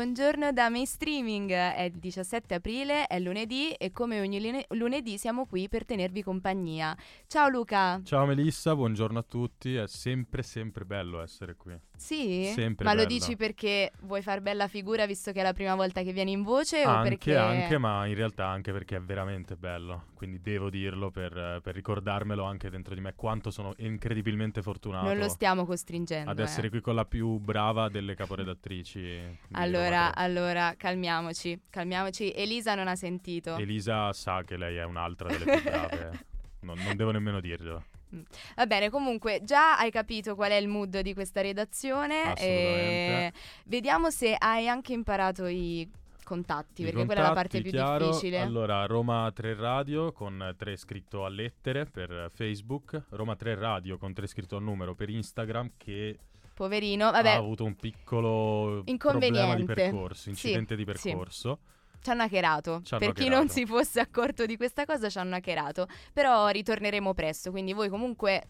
buongiorno da Mainstreaming. È il 17 aprile, è lunedì e come ogni lunedì siamo qui per tenervi compagnia. Ciao Luca. Ciao Melissa, buongiorno a tutti. È sempre bello essere qui. Sì? Sempre Ma bello. lo dici perché vuoi far bella figura visto che è la prima volta che vieni in voce o perché... Anche, ma in realtà anche perché è veramente bello. Quindi devo dirlo per ricordarmelo anche dentro di me quanto sono incredibilmente fortunato. Non lo stiamo costringendo. Ad essere qui con la più brava delle caporedattrici. Allora, calmiamoci. Elisa non ha sentito. Elisa sa che lei è un'altra delle più brave. Non devo nemmeno dirglielo. Va bene, comunque già hai capito qual è il mood di questa redazione. Assolutamente. Vediamo se hai anche imparato i contatti, perché quella è la parte più chiaro. difficile. Allora, Roma 3 Radio con 3 scritto a lettere per Facebook, Roma 3 Radio con 3 scritto a numero per Instagram, che poverino, vabbè, ha avuto un piccolo problema di percorso, incidente di percorso. Sì. Ci hanno hackerato. Per chi non si fosse accorto di questa cosa, ci hanno hackerato. Però ritorneremo presto, quindi voi comunque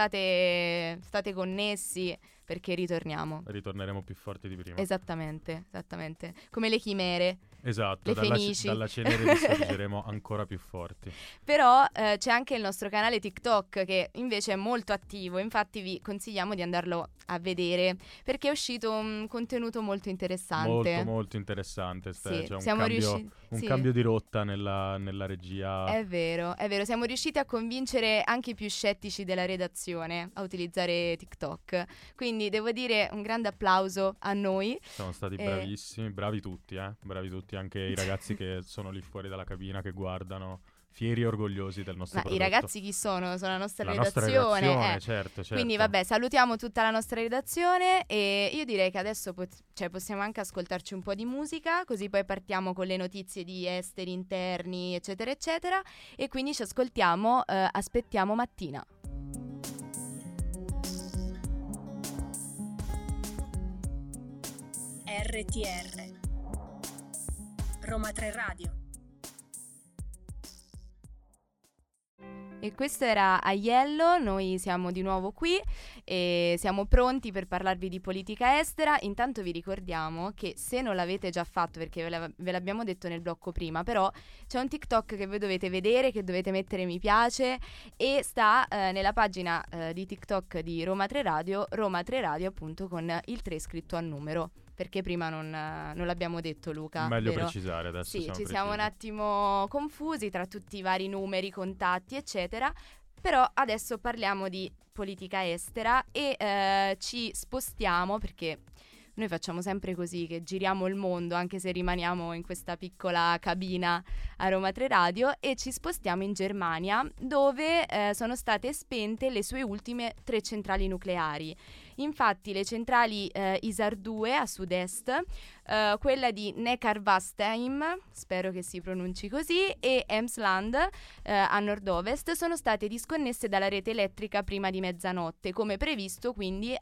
state connessi perché ritorneremo più forti di prima. Esattamente. Come le chimere. Esatto, le fenici. dalla cenere risorgeremo ancora più forti. Però c'è anche il nostro canale TikTok che invece è molto attivo, infatti vi consigliamo di andarlo a vedere perché è uscito un contenuto molto interessante. Molto interessante, sì, c'è un sì. cambio di rotta nella regia. È vero, siamo riusciti a convincere anche i più scettici della redazione a utilizzare TikTok, quindi devo dire un grande applauso a noi. Siamo stati bravissimi, bravi tutti, anche i ragazzi che sono lì fuori dalla cabina, che guardano, fieri e orgogliosi del nostro prodotto. I ragazzi chi sono? Sono la nostra redazione. Certo. Quindi vabbè, salutiamo tutta la nostra redazione e io direi che adesso possiamo anche ascoltarci un po' di musica, così poi partiamo con le notizie di esteri, interni, eccetera, eccetera, e quindi ci ascoltiamo Aspettiamo mattina. RTR Roma 3 Radio. E questo era Aiello, noi siamo di nuovo qui e siamo pronti per parlarvi di politica estera. Intanto vi ricordiamo che se non l'avete già fatto, perché ve l'abbiamo detto nel blocco prima, però c'è un TikTok che voi dovete vedere, che dovete mettere mi piace e sta nella pagina di TikTok di Roma 3 Radio, Roma 3 Radio appunto con il 3 scritto a numero. Perché prima non l'abbiamo detto, Luca. Meglio vero? precisare adesso. Sì, ci siamo un attimo confusi tra tutti i vari numeri, contatti, eccetera. Però adesso parliamo di politica estera e ci spostiamo perché noi facciamo sempre così, che giriamo il mondo anche se rimaniamo in questa piccola cabina a Roma 3 Radio e ci spostiamo in Germania dove sono state spente le sue ultime 3 centrali nucleari. Infatti le centrali Isar 2 a sud-est, quella di Neckarwestheim, spero che si pronunci così, e Emsland a nord-ovest sono state disconnesse dalla rete elettrica prima di mezzanotte, come previsto, quindi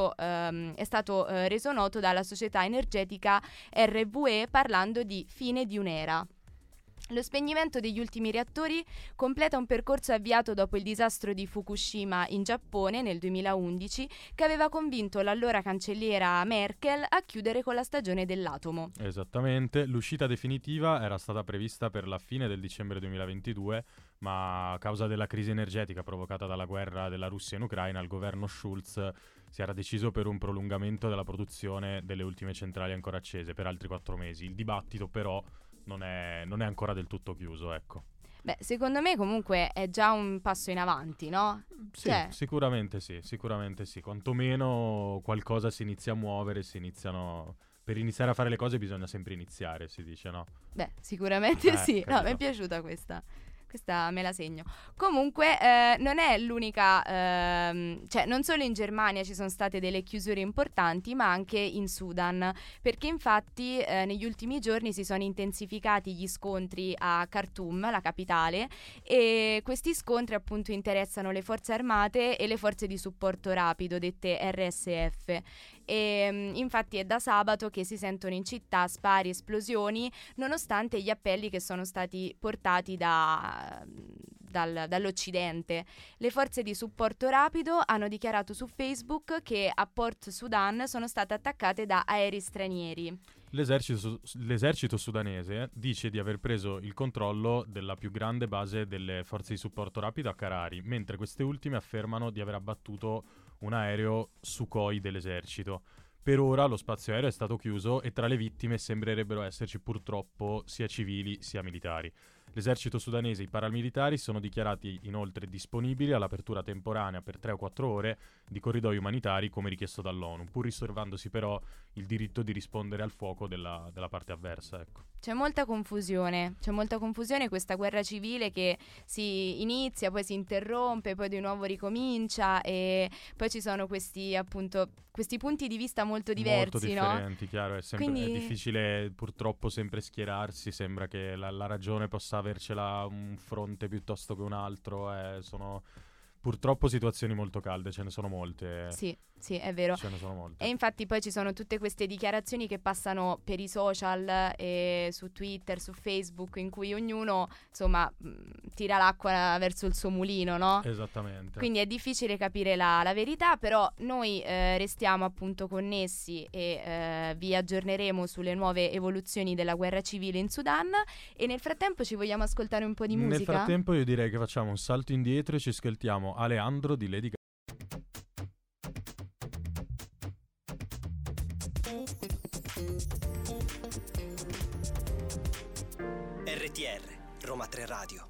è stato reso noto dalla società energetica RWE parlando di fine di un'era. Lo spegnimento degli ultimi reattori completa un percorso avviato dopo il disastro di Fukushima in Giappone nel 2011 che aveva convinto l'allora cancelliera Merkel a chiudere con la stagione dell'atomo. Esattamente, l'uscita definitiva era stata prevista per la fine del dicembre 2022, ma a causa della crisi energetica provocata dalla guerra della Russia in Ucraina, il governo Schulz si era deciso per un prolungamento della produzione delle ultime centrali ancora accese per altri 4 mesi. Il dibattito però non è ancora del tutto chiuso, ecco. Beh, secondo me comunque è già un passo in avanti, no? Sì, sicuramente sì. Quantomeno qualcosa si inizia a muovere, per iniziare a fare le cose bisogna sempre iniziare, si dice, no? Beh, sicuramente sì. Capito. No, mi è piaciuta questa me la segno. Comunque non è l'unica, cioè non solo in Germania ci sono state delle chiusure importanti, ma anche in Sudan, perché infatti negli ultimi giorni si sono intensificati gli scontri a Khartoum, la capitale, e questi scontri appunto interessano le forze armate e le forze di supporto rapido, dette RSF. e infatti è da sabato che si sentono in città spari, esplosioni, nonostante gli appelli che sono stati portati dall'Occidente. Le forze di supporto rapido hanno dichiarato su Facebook che a Port Sudan sono state attaccate da aerei stranieri. L'esercito sudanese dice di aver preso il controllo della più grande base delle forze di supporto rapido a Karari, mentre queste ultime affermano di aver abbattuto un aereo Sukhoi dell'esercito. Per ora lo spazio aereo è stato chiuso e tra le vittime sembrerebbero esserci purtroppo sia civili sia militari. L'esercito sudanese e i paramilitari sono dichiarati inoltre disponibili all'apertura temporanea per 3 o 4 ore di corridoi umanitari come richiesto dall'ONU, pur riservandosi però il diritto di rispondere al fuoco della parte avversa. Ecco. C'è molta confusione, questa guerra civile che si inizia, poi si interrompe, poi di nuovo ricomincia e poi ci sono questi punti di vista molto diversi, differenti, no? Chiaro, è difficile purtroppo sempre schierarsi, sembra che la ragione possa avercela un fronte piuttosto che un altro, sono purtroppo situazioni molto calde, ce ne sono molte. Sì, è vero. Ce ne sono molte. E infatti poi ci sono tutte queste dichiarazioni che passano per i social e su Twitter, su Facebook, in cui ognuno, insomma, tira l'acqua verso il suo mulino, no? Esattamente. Quindi è difficile capire la verità, però noi restiamo appunto connessi e vi aggiorneremo sulle nuove evoluzioni della guerra civile in Sudan e nel frattempo ci vogliamo ascoltare un po' di musica? Nel frattempo io direi che facciamo un salto indietro e ci ascoltiamo Aleandro di Lady Gaga. RTR, Roma 3 Radio.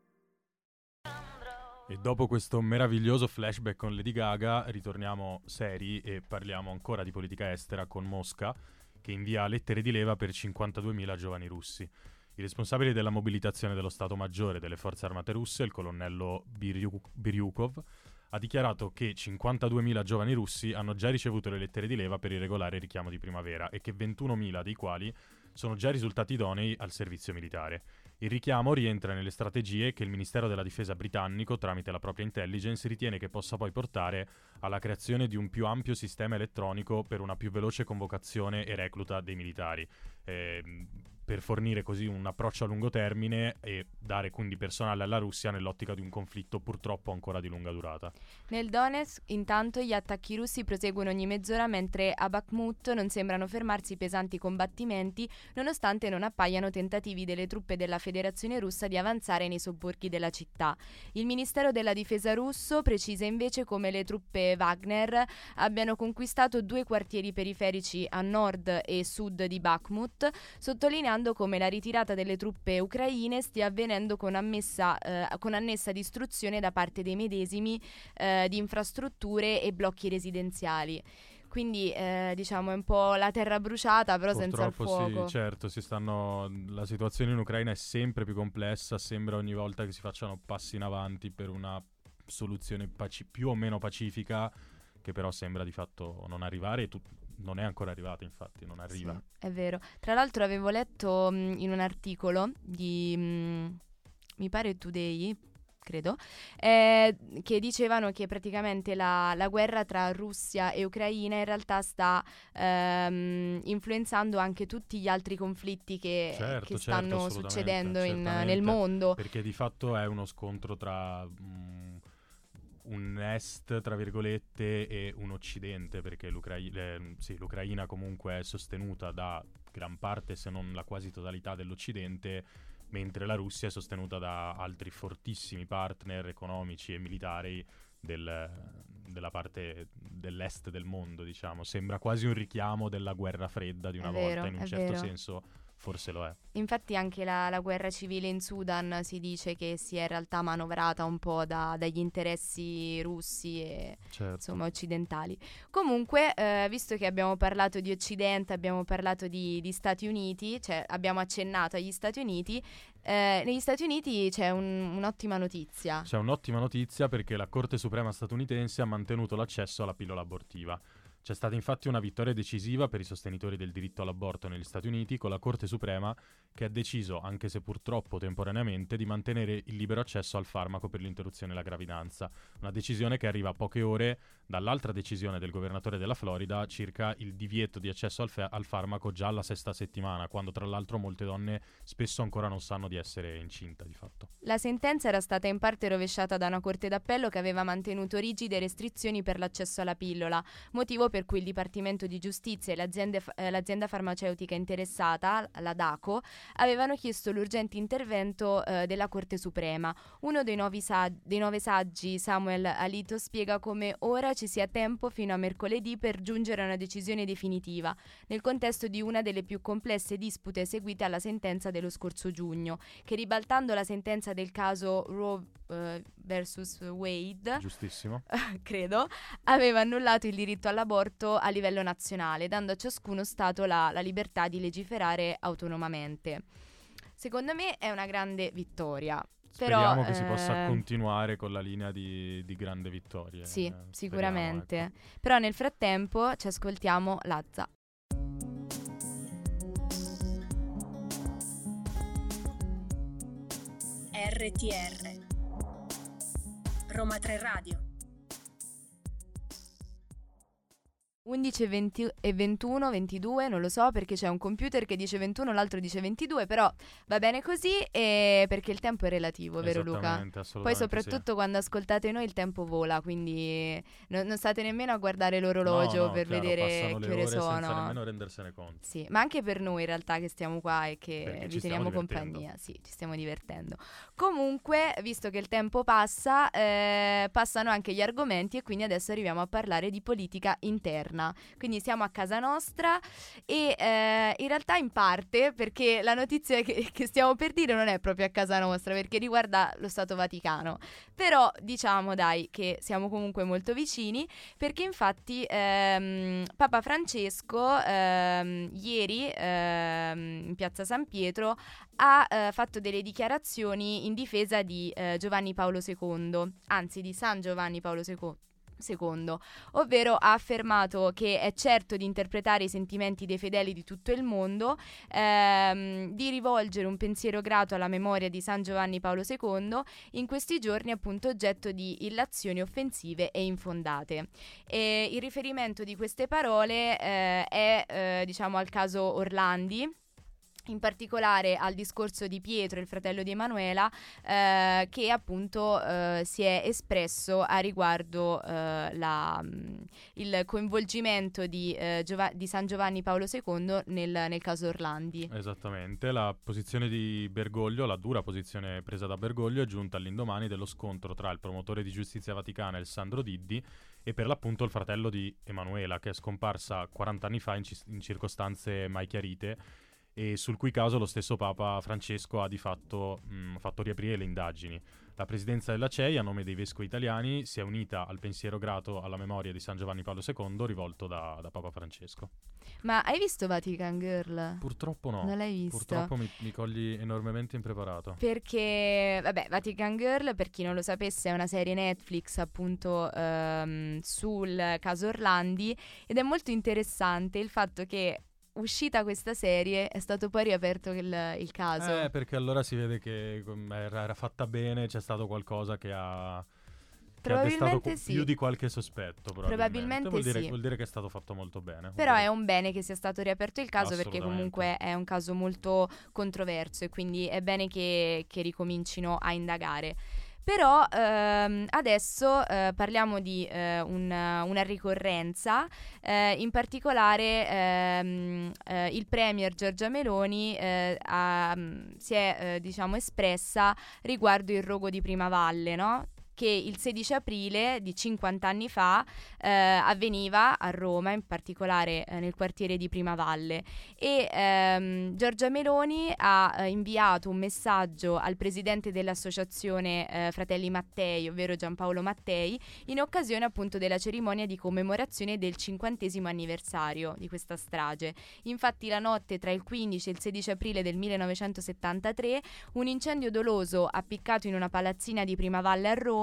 E dopo questo meraviglioso flashback con Lady Gaga ritorniamo seri e parliamo ancora di politica estera con Mosca, che invia lettere di leva per 52.000 giovani russi. I responsabili della mobilitazione dello Stato Maggiore delle forze armate russe, il colonnello Biryukov, ha dichiarato che 52.000 giovani russi hanno già ricevuto le lettere di leva per il regolare richiamo di primavera e che 21.000 dei quali sono già risultati idonei al servizio militare. Il richiamo rientra nelle strategie che il Ministero della Difesa britannico, tramite la propria intelligence, ritiene che possa poi portare alla creazione di un più ampio sistema elettronico per una più veloce convocazione e recluta dei militari, per fornire così un approccio a lungo termine e dare quindi personale alla Russia nell'ottica di un conflitto purtroppo ancora di lunga durata. Nel Donetsk, intanto, gli attacchi russi proseguono ogni mezz'ora, mentre a Bakhmut non sembrano fermarsi pesanti combattimenti, nonostante non appaiano tentativi delle truppe della Federazione Russa di avanzare nei sobborghi della città. Il Ministero della Difesa russo precisa invece come le truppe Wagner abbiano conquistato 2 quartieri periferici a nord e sud di Bakhmut, sottolineando come la ritirata delle truppe ucraine stia avvenendo con annessa distruzione da parte dei medesimi di infrastrutture e blocchi residenziali. Quindi diciamo è un po' la terra bruciata, però senza il fuoco. Sì, certo, la situazione in Ucraina è sempre più complessa, sembra ogni volta che si facciano passi in avanti per una soluzione più o meno pacifica, che però sembra di fatto non arrivare e non è ancora arrivata, infatti, non arriva. Sì, è vero. Tra l'altro avevo letto in un articolo di, mi pare Today, credo, che dicevano che praticamente la guerra tra Russia e Ucraina in realtà sta influenzando anche tutti gli altri conflitti che stanno succedendo nel mondo. Perché di fatto è uno scontro tra un est, tra virgolette, e un occidente, perché l'Ucraina comunque è sostenuta da gran parte, se non la quasi totalità dell'occidente, mentre la Russia è sostenuta da altri fortissimi partner economici e militari della parte dell'est del mondo, diciamo. Sembra quasi un richiamo della guerra fredda di una volta, in un certo senso forse lo è. Infatti anche la guerra civile in Sudan si dice che si è in realtà manovrata un po' dagli interessi russi e insomma occidentali. Comunque, visto che abbiamo parlato di Occidente, abbiamo parlato di Stati Uniti, cioè abbiamo accennato agli Stati Uniti, negli Stati Uniti c'è un'ottima notizia. C'è un'ottima notizia perché la Corte Suprema statunitense ha mantenuto l'accesso alla pillola abortiva. C'è stata infatti una vittoria decisiva per i sostenitori del diritto all'aborto negli Stati Uniti, con la Corte Suprema che ha deciso, anche se purtroppo temporaneamente, di mantenere il libero accesso al farmaco per l'interruzione della gravidanza. Una decisione che arriva a poche ore dall'altra decisione del governatore della Florida circa il divieto di accesso al farmaco già alla 6ª settimana, quando tra l'altro molte donne spesso ancora non sanno di essere incinta di fatto. La sentenza era stata in parte rovesciata da una corte d'appello che aveva mantenuto rigide restrizioni per l'accesso alla pillola, motivo per cui il Dipartimento di Giustizia e l'azienda farmaceutica interessata, la DACO, avevano chiesto l'urgente intervento della Corte Suprema. Uno dei 9 saggi, Samuel Alito, spiega come ora ci sia tempo fino a mercoledì per giungere a una decisione definitiva, nel contesto di una delle più complesse dispute seguite alla sentenza dello scorso giugno, che ribaltando la sentenza del caso Roe versus Wade, giustissimo, credo, aveva annullato il diritto all'aborto a livello nazionale, dando a ciascuno Stato la libertà di legiferare autonomamente. Secondo me è una grande vittoria. Speriamo Però, che si possa continuare con la linea di grande vittoria. Sì, sicuramente. Ecco. Però nel frattempo ci ascoltiamo Lazza. RTR Roma 3 Radio. 11 e 21, 22, non lo so perché c'è un computer che dice 21, l'altro dice 22, però va bene così perché il tempo è relativo, vero Luca? Poi soprattutto quando ascoltate noi il tempo vola, quindi non state nemmeno a guardare l'orologio per chiaro, vedere che ore sono. Senza nemmeno rendersene conto. Sì, ma anche per noi in realtà che stiamo qua e che Perché vi teniamo compagnia, sì, ci stiamo divertendo. Comunque, visto che il tempo passa, passano anche gli argomenti e quindi adesso arriviamo a parlare di politica interna. Quindi siamo a casa nostra e in realtà in parte perché la notizia che stiamo per dire non è proprio a casa nostra perché riguarda lo Stato Vaticano, però diciamo dai che siamo comunque molto vicini perché infatti Papa Francesco ieri in Piazza San Pietro ha fatto delle dichiarazioni in difesa di Giovanni Paolo II, anzi di San Giovanni Paolo II, ovvero ha affermato che è certo di interpretare i sentimenti dei fedeli di tutto il mondo, di rivolgere un pensiero grato alla memoria di San Giovanni Paolo II, in questi giorni appunto oggetto di illazioni offensive e infondate. E il riferimento di queste parole è diciamo al caso Orlandi, in particolare al discorso di Pietro, il fratello di Emanuela, che appunto si è espresso a riguardo il coinvolgimento di San Giovanni Paolo II nel caso Orlandi. Esattamente, la posizione di Bergoglio, la dura posizione presa da Bergoglio è giunta all'indomani dello scontro tra il promotore di giustizia vaticana Alessandro Diddi e per l'appunto il fratello di Emanuela, che è scomparsa 40 anni fa in circostanze mai chiarite, e sul cui caso lo stesso Papa Francesco ha di fatto fatto riaprire le indagini. La presidenza della CEI, a nome dei vescovi italiani, si è unita al pensiero grato alla memoria di San Giovanni Paolo II rivolto da Papa Francesco. Ma hai visto Vatican Girl? Purtroppo no. Non l'hai visto? Purtroppo mi cogli enormemente impreparato. Perché, vabbè, Vatican Girl, per chi non lo sapesse, è una serie Netflix appunto sul caso Orlandi ed è molto interessante il fatto che uscita questa serie è stato poi riaperto il caso. Perché allora si vede che era fatta bene, c'è stato qualcosa che ha probabilmente sì. più di qualche sospetto. Probabilmente sì. Vuol dire che è stato fatto molto bene. Però è un bene che sia stato riaperto il caso perché comunque è un caso molto controverso e quindi è bene che ricomincino a indagare. Però adesso parliamo di una ricorrenza, in particolare il premier Giorgia Meloni si è diciamo espressa riguardo il rogo di Primavalle, no? Che il 16 aprile di 50 anni fa avveniva a Roma, in particolare nel quartiere di Primavalle, e Giorgia Meloni ha inviato un messaggio al presidente dell'associazione Fratelli Mattei, ovvero Giampaolo Mattei, in occasione appunto della cerimonia di commemorazione del 50° anniversario di questa strage. Infatti la notte tra il 15 e il 16 aprile del 1973 un incendio doloso appiccato in una palazzina di Primavalle a Roma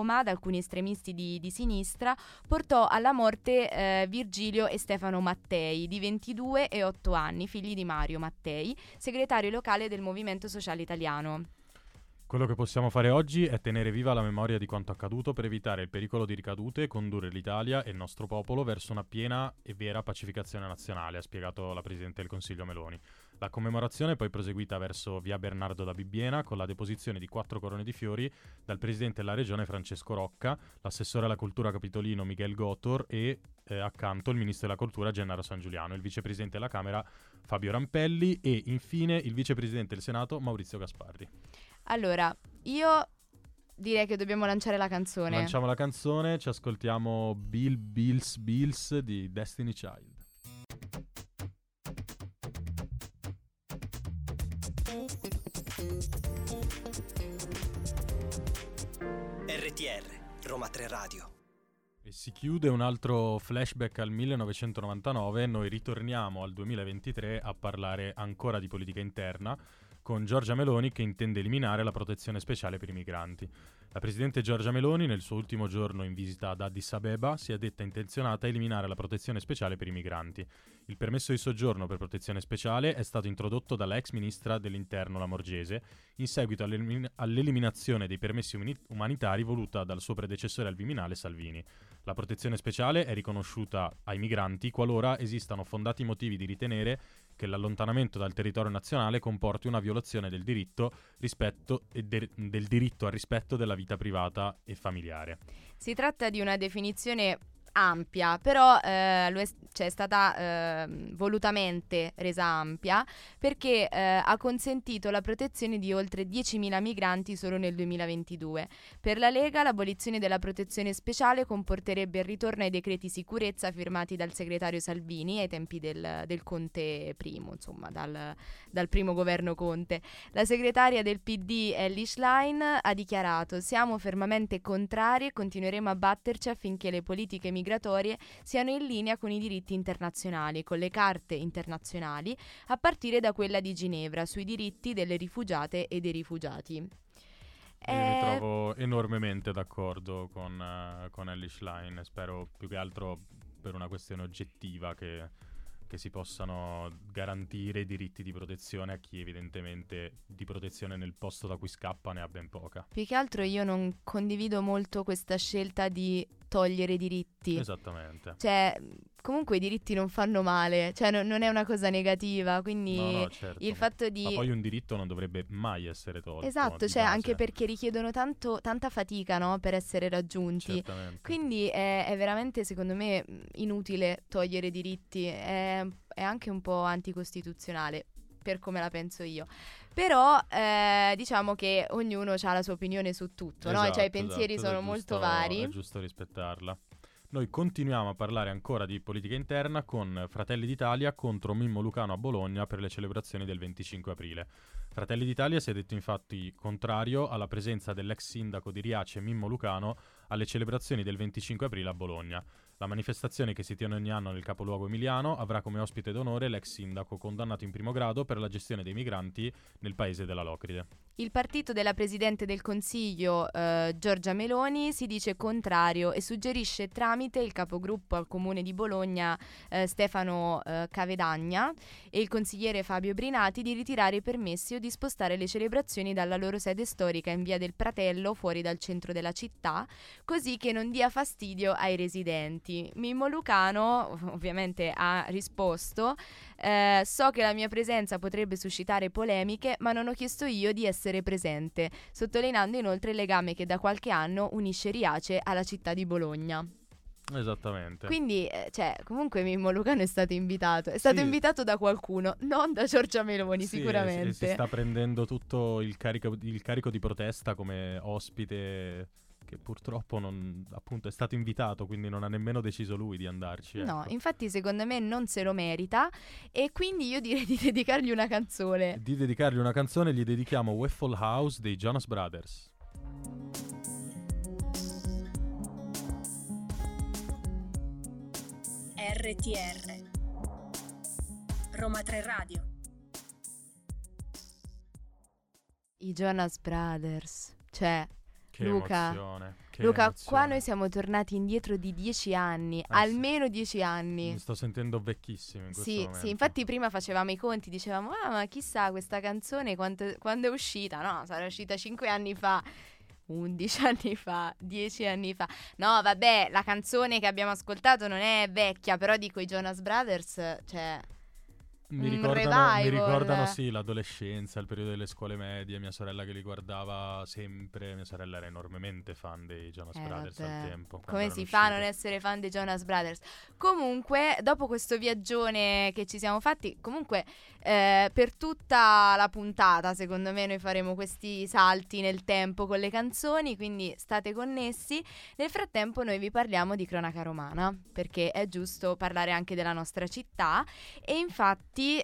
Roma da alcuni estremisti di sinistra portò alla morte Virgilio e Stefano Mattei, di 22 e 8 anni, figli di Mario Mattei, segretario locale del Movimento Sociale Italiano. Quello che possiamo fare oggi è tenere viva la memoria di quanto accaduto per evitare il pericolo di ricadute e condurre l'Italia e il nostro popolo verso una piena e vera pacificazione nazionale, ha spiegato la Presidente del Consiglio Meloni. La commemorazione è poi proseguita verso via Bernardo da Bibbiena con la deposizione di 4 corone di fiori dal Presidente della Regione Francesco Rocca, l'assessore alla cultura capitolino Miguel Gotor e accanto il Ministro della Cultura Gennaro San Giuliano, il Vicepresidente della Camera Fabio Rampelli e infine il Vicepresidente del Senato Maurizio Gasparri. Allora, io direi che dobbiamo lanciare la canzone. Lanciamo la canzone, ci ascoltiamo Bill Bills Bills di Destiny Child. RTR, Roma 3 Radio. E si chiude un altro flashback al 1999, noi ritorniamo al 2023 a parlare ancora di politica interna, con Giorgia Meloni che intende eliminare la protezione speciale per i migranti. La Presidente Giorgia Meloni, nel suo ultimo giorno in visita ad Addis Abeba, si è detta intenzionata a eliminare la protezione speciale per i migranti. Il permesso di soggiorno per protezione speciale è stato introdotto dalla ex ministra dell'Interno Lamorgese in seguito all'eliminazione dei permessi umanitari voluta dal suo predecessore al Viminale Salvini. La protezione speciale è riconosciuta ai migranti qualora esistano fondati motivi di ritenere che l'allontanamento dal territorio nazionale comporti una violazione del diritto del diritto al rispetto della vita privata e familiare. Si tratta di una definizione ampia, però è stata volutamente resa ampia perché ha consentito la protezione di oltre 10.000 migranti solo nel 2022. Per la Lega l'abolizione della protezione speciale comporterebbe il ritorno ai decreti sicurezza firmati dal segretario Salvini ai tempi del Conte primo, insomma dal primo governo Conte. La segretaria del PD Elly Schlein ha dichiarato: siamo fermamente contrari e continueremo a batterci affinché le politiche migratorie siano in linea con i diritti internazionali, con le carte internazionali, a partire da quella di Ginevra sui diritti delle rifugiate e dei rifugiati. Io mi trovo enormemente d'accordo con Elly Schlein, spero più che altro per una questione oggettiva che si possano garantire i diritti di protezione a chi evidentemente di protezione nel posto da cui scappa ne ha ben poca. Più che altro io non condivido molto questa scelta di togliere diritti. Esattamente. Cioè, comunque i diritti non fanno male, cioè non è una cosa negativa, quindi No, certo. il fatto di... Ma poi un diritto non dovrebbe mai essere tolto. Esatto, cioè anche perché richiedono tanta fatica, no, per essere raggiunti. Certamente. Quindi è veramente, secondo me, inutile togliere diritti, è anche un po' anticostituzionale, per come la penso io. Però diciamo che ognuno ha la sua opinione su tutto, no? Cioè i pensieri sono molto vari. È giusto rispettarla. Noi continuiamo a parlare ancora di politica interna con Fratelli d'Italia contro Mimmo Lucano a Bologna per le celebrazioni del 25 aprile. Fratelli d'Italia si è detto infatti contrario alla presenza dell'ex sindaco di Riace Mimmo Lucano alle celebrazioni del 25 aprile a Bologna. La manifestazione, che si tiene ogni anno nel capoluogo emiliano, avrà come ospite d'onore l'ex sindaco condannato in primo grado per la gestione dei migranti nel paese della Locride. Il partito della Presidente del Consiglio, Giorgia Meloni, si dice contrario e suggerisce tramite il capogruppo al Comune di Bologna, Stefano Cavedagna, e il consigliere Fabio Brinati di ritirare i permessi o di spostare le celebrazioni dalla loro sede storica in via del Pratello, fuori dal centro della città, così che non dia fastidio ai residenti. Mimmo Lucano ovviamente ha risposto: so che la mia presenza potrebbe suscitare polemiche, ma non ho chiesto io di essere presente, sottolineando inoltre il legame che da qualche anno unisce Riace alla città di Bologna. Esattamente. Quindi, comunque Mimmo Lucano è stato invitato. È stato invitato da qualcuno, non da Giorgia Meloni, sicuramente. Si sta prendendo tutto il carico di protesta come ospite, che purtroppo non, appunto, è stato invitato, quindi non ha nemmeno deciso lui di andarci. Ecco. No, infatti secondo me non se lo merita, e quindi io direi di dedicargli una canzone. Di dedicargli una canzone gli dedichiamo Waffle House dei Jonas Brothers. RTR Roma 3 Radio. I Jonas Brothers, cioè Che Luca, emozione. Che Luca, emozione. qua noi siamo tornati indietro di 10 anni, almeno 10 anni. Mi sto sentendo vecchissimo in questo momento. Sì, infatti prima facevamo i conti, dicevamo, ma chissà questa canzone quando è uscita? No, sarà uscita 5 anni fa, 11 anni fa, 10 anni fa. No, vabbè, la canzone che abbiamo ascoltato non è vecchia, però dico i Jonas Brothers, cioè... Mi un ricordano, revival. sì, l'adolescenza, il periodo delle scuole medie, mia sorella che li guardava sempre, mia sorella era enormemente fan dei Jonas Brothers Vabbè. al tempo. quando Come erano si fa a usciti. non essere fan dei Jonas Brothers? Comunque, dopo questo viaggione che ci siamo fatti, comunque per tutta la puntata, secondo me, noi faremo questi salti nel tempo con le canzoni, quindi state connessi. Nel frattempo noi vi parliamo di cronaca romana, perché è giusto parlare anche della nostra città e infatti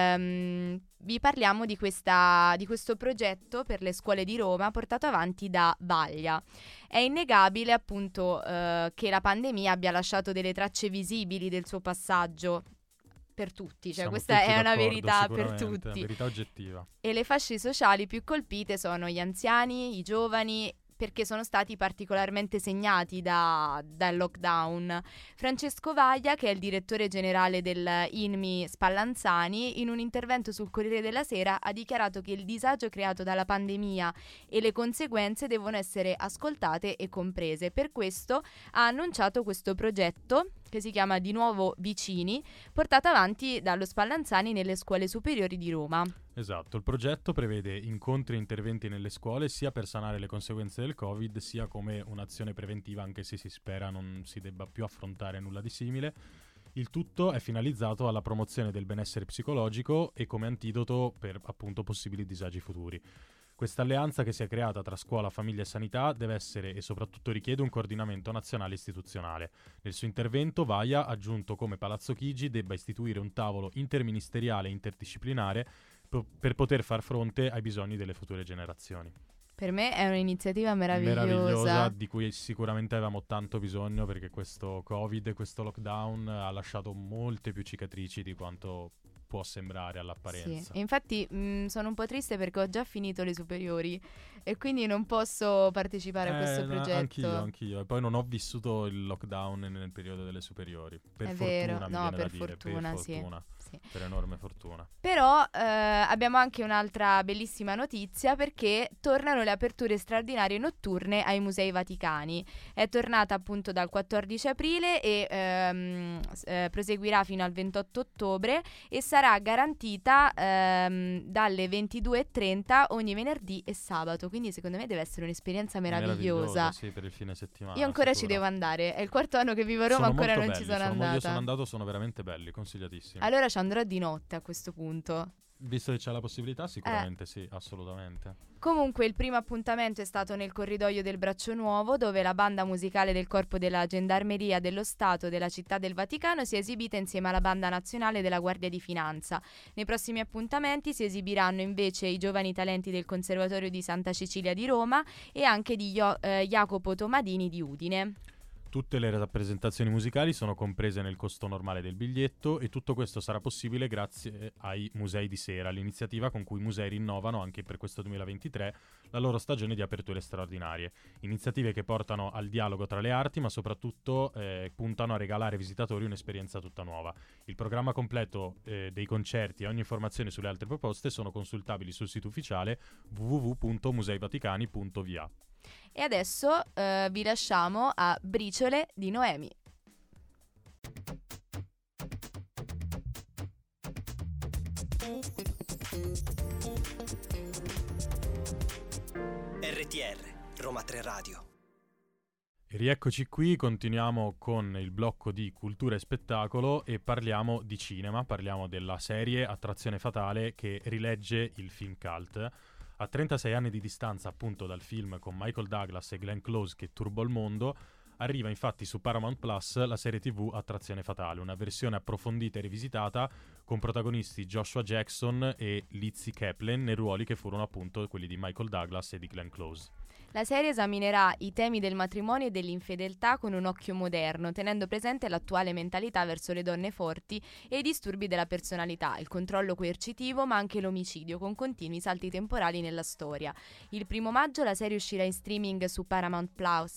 vi parliamo di questo progetto per le scuole di Roma portato avanti da Vaglia. È innegabile appunto che la pandemia abbia lasciato delle tracce visibili del suo passaggio per tutti, cioè Siamo questa tutti è una d'accordo, verità per sicuramente, tutti. verità oggettiva. E le fasce sociali più colpite sono gli anziani, i giovani, perché sono stati particolarmente segnati dal lockdown. Francesco Vaglia, che è il direttore generale del INMI Spallanzani, in un intervento sul Corriere della Sera ha dichiarato che il disagio creato dalla pandemia e le conseguenze devono essere ascoltate e comprese. Per questo ha annunciato questo progetto che si chiama Di nuovo Vicini, portato avanti dallo Spallanzani nelle scuole superiori di Roma. Esatto, il progetto prevede incontri e interventi nelle scuole sia per sanare le conseguenze del Covid, sia come un'azione preventiva, anche se si spera non si debba più affrontare nulla di simile. Il tutto è finalizzato alla promozione del benessere psicologico e come antidoto per appunto possibili disagi futuri. Questa alleanza che si è creata tra scuola, famiglia e sanità deve essere e soprattutto richiede un coordinamento nazionale istituzionale. Nel suo intervento Vaia ha aggiunto come Palazzo Chigi debba istituire un tavolo interministeriale e interdisciplinare per poter far fronte ai bisogni delle future generazioni. Per me è un'iniziativa meravigliosa. Di cui sicuramente avevamo tanto bisogno, perché questo Covid e questo lockdown ha lasciato molte più cicatrici di quanto può sembrare all'apparenza. Sì, infatti sono un po' triste perché ho già finito le superiori e quindi non posso partecipare a questo progetto. Anch'io. E poi non ho vissuto il lockdown nel periodo delle superiori. Per È fortuna, vero, mi no, viene da per dire. fortuna, Per sì. fortuna. Sì. Per enorme fortuna. Però abbiamo anche un'altra bellissima notizia, perché tornano le aperture straordinarie notturne ai musei vaticani. È tornata appunto dal 14 aprile e proseguirà fino al 28 ottobre e sarà garantita dalle 22:30 ogni venerdì e sabato. Quindi secondo me deve essere un'esperienza meravigliosa. Sì, per il fine settimana. Io ancora sicuro. ci devo andare. È il quarto anno che vivo a Roma, ancora non ci sono andata. Io sono andato, sono veramente belli, consigliatissimi. Allora ci andrò di notte a questo punto. Visto che c'è la possibilità, sicuramente sì, assolutamente. Comunque il primo appuntamento è stato nel corridoio del Braccio Nuovo, dove la banda musicale del Corpo della Gendarmeria dello Stato della Città del Vaticano si è esibita insieme alla banda nazionale della Guardia di Finanza. Nei prossimi appuntamenti si esibiranno invece i giovani talenti del Conservatorio di Santa Cecilia di Roma e anche di Jacopo Tomadini di Udine. Tutte le rappresentazioni musicali sono comprese nel costo normale del biglietto e tutto questo sarà possibile grazie ai Musei di Sera, l'iniziativa con cui i musei rinnovano anche per questo 2023 la loro stagione di aperture straordinarie. Iniziative che portano al dialogo tra le arti, ma soprattutto puntano a regalare ai visitatori un'esperienza tutta nuova. Il programma completo dei concerti e ogni informazione sulle altre proposte sono consultabili sul sito ufficiale www.museivaticani.va. E adesso vi lasciamo a Briciole di Noemi. RTR, Roma 3 Radio. E rieccoci qui, continuiamo con il blocco di cultura e spettacolo e parliamo di cinema, parliamo della serie Attrazione Fatale che rilegge il film cult. A 36 anni di distanza appunto dal film con Michael Douglas e Glenn Close che turbò il mondo, arriva infatti su Paramount Plus la serie TV Attrazione Fatale, una versione approfondita e rivisitata con protagonisti Joshua Jackson e Lizzie Kaplan nei ruoli che furono appunto quelli di Michael Douglas e di Glenn Close. La serie esaminerà i temi del matrimonio e dell'infedeltà con un occhio moderno, tenendo presente l'attuale mentalità verso le donne forti e i disturbi della personalità, il controllo coercitivo ma anche l'omicidio, con continui salti temporali nella storia. Il 1 maggio la serie uscirà in streaming su Paramount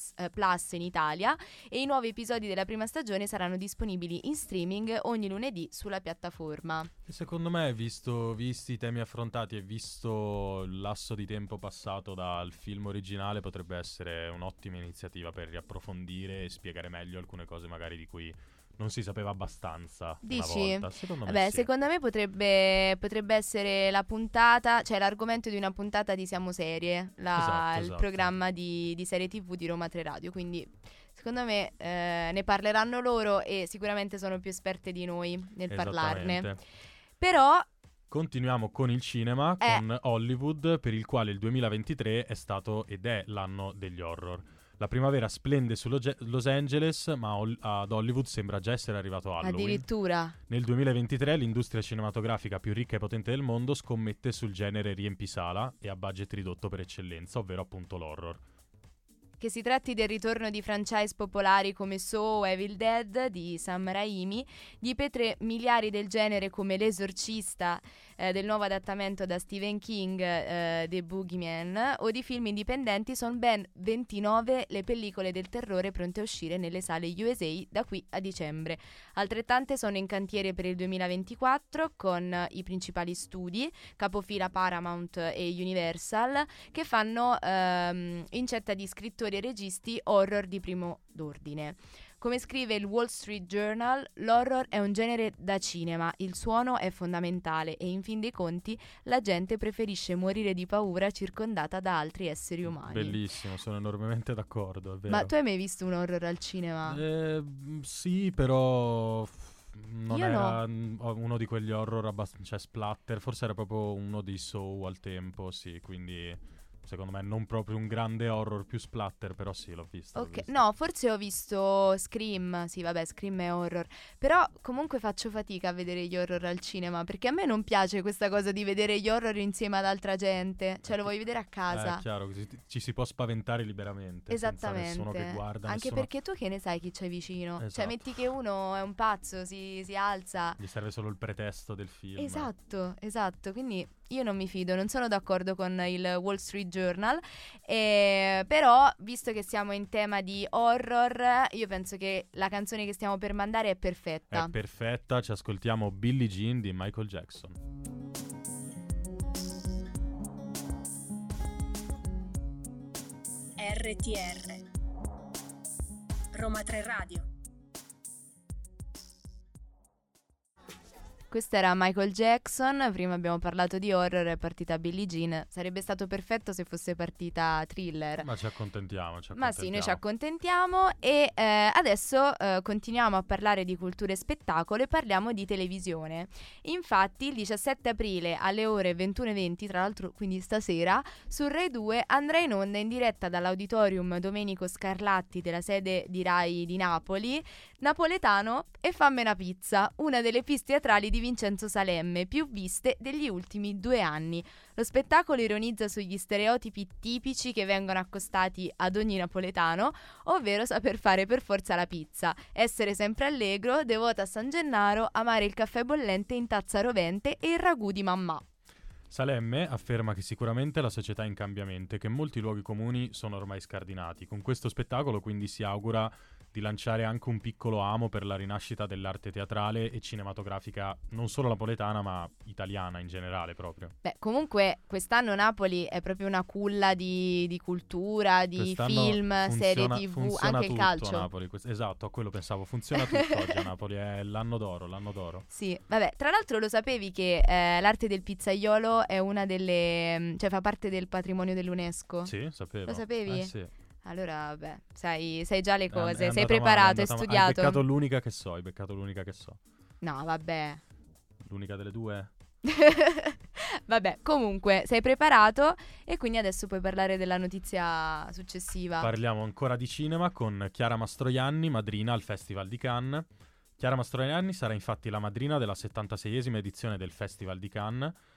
Plus in Italia e i nuovi episodi della prima stagione saranno disponibili in streaming ogni lunedì sulla piattaforma. E secondo me, visti i temi affrontati e visto il lasso di tempo passato dal film originale, potrebbe essere un'ottima iniziativa per riapprofondire e spiegare meglio alcune cose magari di cui non si sapeva abbastanza. Dici? Una volta. Secondo me Beh, sì. secondo me potrebbe essere la puntata, cioè l'argomento di una puntata di Siamo Serie, il Esatto. programma di serie TV di Roma 3 Radio, quindi secondo me ne parleranno loro e sicuramente sono più esperte di noi nel parlarne. Esattamente. Però Continuiamo con il cinema, con Hollywood, per il quale il 2023 è stato ed è l'anno degli horror. La primavera splende su Los Angeles, ma ad Hollywood sembra già essere arrivato Halloween. addirittura Nel 2023 l'industria cinematografica più ricca e potente del mondo scommette sul genere riempisala e a budget ridotto per eccellenza, ovvero appunto l'horror. che si tratti del ritorno di franchise popolari come Saw o Evil Dead di Sam Raimi, di pietre miliari del genere come L'Esorcista del nuovo adattamento da Stephen King The Boogeyman, o di film indipendenti, sono ben 29 le pellicole del terrore pronte a uscire nelle sale USA da qui a dicembre. Altrettante sono in cantiere per il 2024 con i principali studi, capofila Paramount e Universal, che fanno incetta di scrittori e registi horror di primo d'ordine. Come scrive il Wall Street Journal, l'horror è un genere da cinema, il suono è fondamentale e in fin dei conti la gente preferisce morire di paura circondata da altri esseri umani. Bellissimo, sono enormemente d'accordo, è vero. Ma tu hai mai visto un horror al cinema? Sì, però non Io era uno di quegli horror abbastanza splatter, forse era proprio uno dei Saw al tempo, sì, quindi secondo me non proprio un grande horror, più splatter, però sì, l'ho visto. Ok, no, forse ho visto Scream, sì vabbè, Scream è horror, però comunque faccio fatica a vedere gli horror al cinema, perché a me non piace questa cosa di vedere gli horror insieme ad altra gente, cioè lo voglio vedere a casa. È chiaro, così ci si può spaventare liberamente, Esattamente, senza nessuno che guarda, anche nessuno... perché tu che ne sai chi c'è vicino? Cioè Esatto. metti che uno è un pazzo, si alza. Gli serve solo il pretesto del film. Esatto, quindi io non mi fido, non sono d'accordo con il Wall Street Journal, però visto che siamo in tema di horror, io penso che la canzone che stiamo per mandare è perfetta. È perfetta, ci ascoltiamo Billie Jean di Michael Jackson. RTR Roma 3 Radio. Questo era Michael Jackson, prima abbiamo parlato di horror, è partita Billie Jean, sarebbe stato perfetto se fosse partita Thriller. Ma ci accontentiamo. Ma sì, noi ci accontentiamo e adesso continuiamo a parlare di cultura e spettacolo e parliamo di televisione. Infatti il 17 aprile alle ore 21:20, tra l'altro quindi stasera, su Rai 2 andrà in onda in diretta dall'Auditorium Domenico Scarlatti della sede di Rai di Napoli, Napoletano e Fammi una pizza, una delle piste teatrali di Vincenzo Salemme più viste degli ultimi 2 anni. Lo spettacolo ironizza sugli stereotipi tipici che vengono accostati ad ogni napoletano, ovvero saper fare per forza la pizza, essere sempre allegro, devoto a San Gennaro, amare il caffè bollente in tazza rovente e il ragù di mamma. Salemme afferma che sicuramente la società è in cambiamento e che molti luoghi comuni sono ormai scardinati. Con questo spettacolo quindi si augura di lanciare anche un piccolo amo per la rinascita dell'arte teatrale e cinematografica, non solo napoletana ma italiana in generale proprio. Beh, comunque quest'anno Napoli è proprio una culla di cultura, di Quest'anno film, serie TV, funziona anche il tutto calcio. Napoli, esatto, a quello pensavo, funziona tutto oggi a Napoli, è l'anno d'oro. Sì, vabbè, tra l'altro lo sapevi che l'arte del pizzaiolo è una delle, cioè fa parte del patrimonio dell'UNESCO? Sì, sapevo. Lo sapevi? Sì. Allora, vabbè, sai già le cose, È sei andata preparato, male, hai studiato. Hai beccato l'unica che so. No, vabbè. L'unica delle due? Vabbè, comunque sei preparato e quindi adesso puoi parlare della notizia successiva. Parliamo ancora di cinema con Chiara Mastroianni, madrina al Festival di Cannes. Chiara Mastroianni sarà infatti la madrina della 76esima edizione del Festival di Cannes.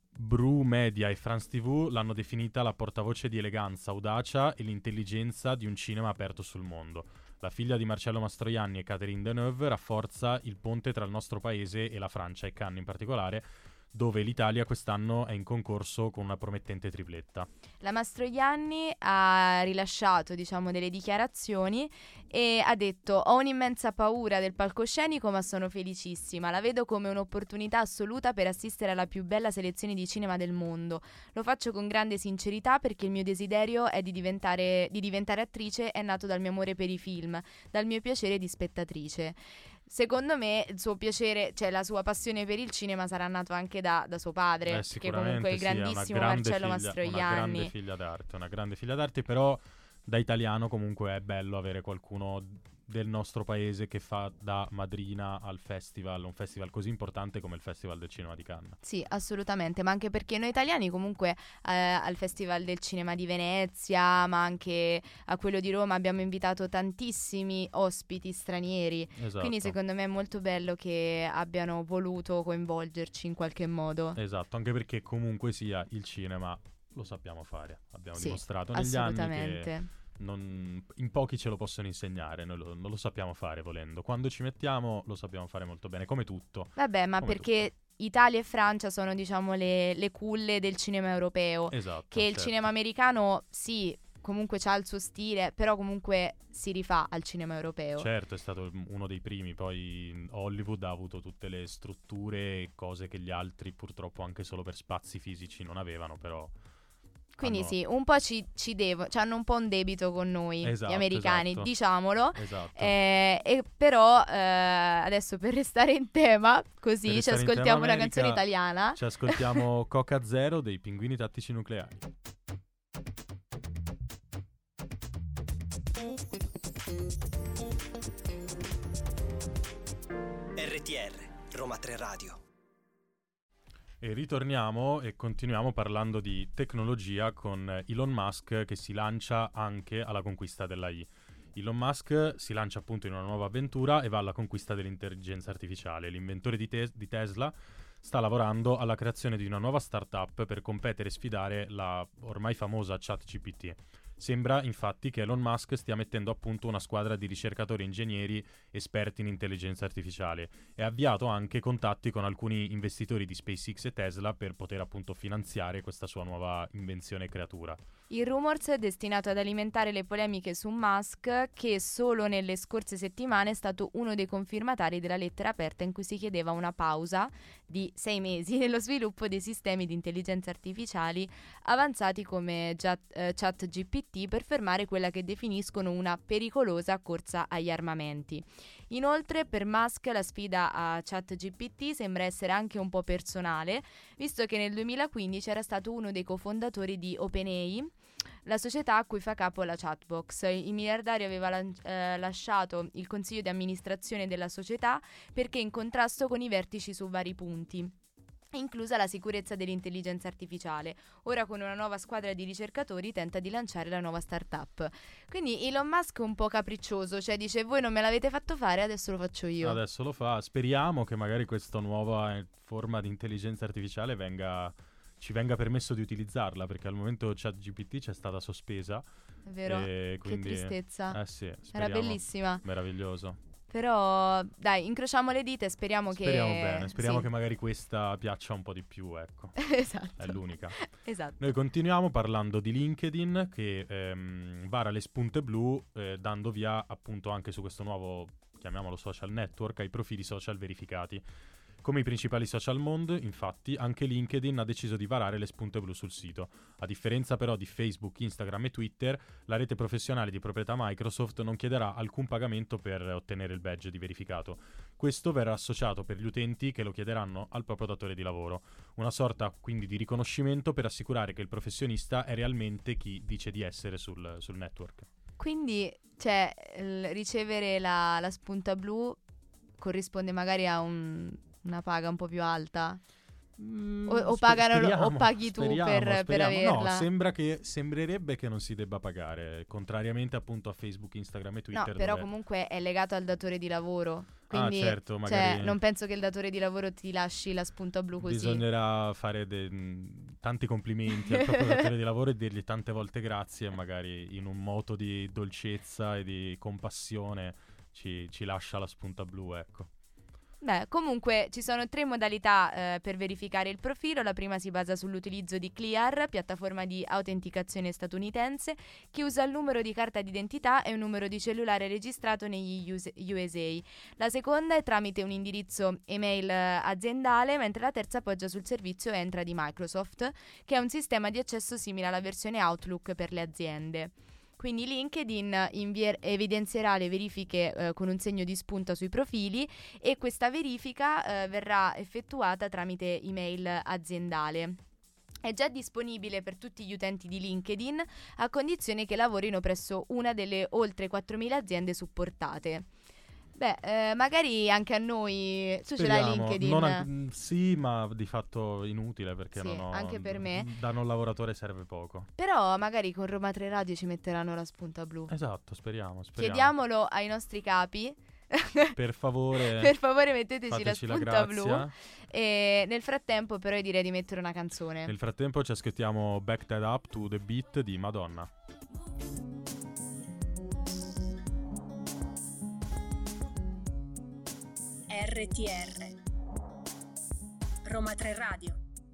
Bru Media e France TV l'hanno definita la portavoce di eleganza, audacia e l'intelligenza di un cinema aperto sul mondo. La figlia di Marcello Mastroianni e Catherine Deneuve rafforza il ponte tra il nostro paese e la Francia, e Cannes in particolare, dove l'Italia quest'anno è in concorso con una promettente tripletta. La Mastroianni ha rilasciato, diciamo, delle dichiarazioni e ha detto: ho un'immensa paura del palcoscenico, ma sono felicissima. La vedo come un'opportunità assoluta per assistere alla più bella selezione di cinema del mondo. Lo faccio con grande sincerità perché il mio desiderio è di diventare attrice è nato dal mio amore per i film, dal mio piacere di spettatrice. Secondo me il suo piacere, cioè la sua passione per il cinema sarà nato anche da suo padre, che comunque è il grandissimo Marcello Mastroianni. Una grande figlia d'arte, però da italiano comunque è bello avere qualcuno del nostro paese che fa da madrina al festival, un festival così importante come il Festival del Cinema di Cannes. Sì, assolutamente, ma anche perché noi italiani comunque al Festival del Cinema di Venezia, ma anche a quello di Roma abbiamo invitato tantissimi ospiti stranieri. Esatto. Quindi secondo me è molto bello che abbiano voluto coinvolgerci in qualche modo. Esatto, anche perché comunque sia il cinema lo sappiamo fare, abbiamo dimostrato negli assolutamente. anni che in pochi ce lo possono insegnare, noi non lo sappiamo fare volendo. Quando ci mettiamo lo sappiamo fare molto bene, come tutto. Vabbè, ma come perché tutto. Italia e Francia sono, diciamo, le culle del cinema europeo. Esatto. Che il cinema americano, sì, comunque c'ha il suo stile, però comunque si rifà al cinema europeo. Certo, è stato uno dei primi, poi Hollywood ha avuto tutte le strutture e cose che gli altri purtroppo anche solo per spazi fisici non avevano, però... Quindi sì, un po' hanno un po' un debito con noi, esatto, gli americani, esatto. Diciamolo. Esatto. E però adesso per restare in tema, così ci ascoltiamo una canzone italiana. Ci ascoltiamo Coca Zero dei Pinguini Tattici Nucleari. RTR, Roma 3 Radio. E ritorniamo e continuiamo parlando di tecnologia con Elon Musk che si lancia anche alla conquista dell'AI. Elon Musk si lancia appunto in una nuova avventura e va alla conquista dell'intelligenza artificiale. L'inventore di Tesla sta lavorando alla creazione di una nuova startup per competere e sfidare la ormai famosa ChatGPT. Sembra infatti che Elon Musk stia mettendo a punto una squadra di ricercatori e ingegneri esperti in intelligenza artificiale e ha avviato anche contatti con alcuni investitori di SpaceX e Tesla per poter appunto finanziare questa sua nuova invenzione e creatura. Il rumors è destinato ad alimentare le polemiche su Musk, che solo nelle scorse settimane è stato uno dei confermatari della lettera aperta in cui si chiedeva una pausa di 6 mesi nello sviluppo dei sistemi di intelligenza artificiali avanzati come ChatGPT per fermare quella che definiscono una pericolosa corsa agli armamenti. Inoltre per Musk la sfida a ChatGPT sembra essere anche un po' personale, visto che nel 2015 era stato uno dei cofondatori di OpenAI, la società a cui fa capo la chatbox. Il miliardario aveva lasciato il consiglio di amministrazione della società perché in contrasto con i vertici su vari punti, inclusa la sicurezza dell'intelligenza artificiale. Ora con una nuova squadra di ricercatori tenta di lanciare la nuova startup. Quindi Elon Musk è un po' capriccioso, cioè dice: voi non me l'avete fatto fare, adesso lo faccio io. Adesso lo fa, speriamo che magari questa nuova forma di intelligenza artificiale ci venga permesso di utilizzarla, perché al momento ChatGPT c'è stata sospesa. È vero, quindi, che tristezza. Sì, era bellissima. Meraviglioso. Però dai, incrociamo le dita e speriamo bene, speriamo sì, che magari questa piaccia un po' di più, ecco. Esatto. È l'unica. Esatto. Noi continuiamo parlando di LinkedIn che vara le spunte blu dando via appunto anche su questo nuovo, chiamiamolo social network, ai profili social verificati. Come i principali social mondo, infatti, anche LinkedIn ha deciso di varare le spunte blu sul sito. A differenza però di Facebook, Instagram e Twitter, la rete professionale di proprietà Microsoft non chiederà alcun pagamento per ottenere il badge di verificato. Questo verrà associato per gli utenti che lo chiederanno al proprio datore di lavoro. Una sorta quindi di riconoscimento per assicurare che il professionista è realmente chi dice di essere sul network. Quindi, cioè, ricevere la spunta blu corrisponde magari a una paga un po' più alta? O paghi tu per averla? No, sembrerebbe che non si debba pagare, contrariamente appunto a Facebook, Instagram e Twitter. No, però comunque è legato al datore di lavoro. Quindi certo, magari non penso che il datore di lavoro ti lasci la spunta blu così. bisognerà fare tanti complimenti al proprio datore di lavoro e dirgli tante volte grazie, e magari in un moto di dolcezza e di compassione ci lascia la spunta blu, ecco. Beh, comunque ci sono 3 modalità per verificare il profilo. La prima si basa sull'utilizzo di Clear, piattaforma di autenticazione statunitense, che usa il numero di carta d'identità e un numero di cellulare registrato negli USA. La seconda è tramite un indirizzo email aziendale, mentre la terza appoggia sul servizio Entra di Microsoft, che è un sistema di accesso simile alla versione Outlook per le aziende. Quindi LinkedIn evidenzierà le verifiche con un segno di spunta sui profili, e questa verifica verrà effettuata tramite email aziendale. È già disponibile per tutti gli utenti di LinkedIn, a condizione che lavorino presso una delle oltre 4.000 aziende supportate. Beh, magari anche a noi. Tu ce l'hai LinkedIn? Sì, ma di fatto inutile, perché sì, anche per me. Da non lavoratore serve poco. Però magari con Roma 3 Radio ci metteranno la spunta blu. Esatto, speriamo. Chiediamolo ai nostri capi. Per favore metteteci la spunta blu. E nel frattempo però io direi di mettere una canzone. Nel frattempo ci aspettiamo Back That Up to the Beat di Madonna. RTR Roma 3 Radio.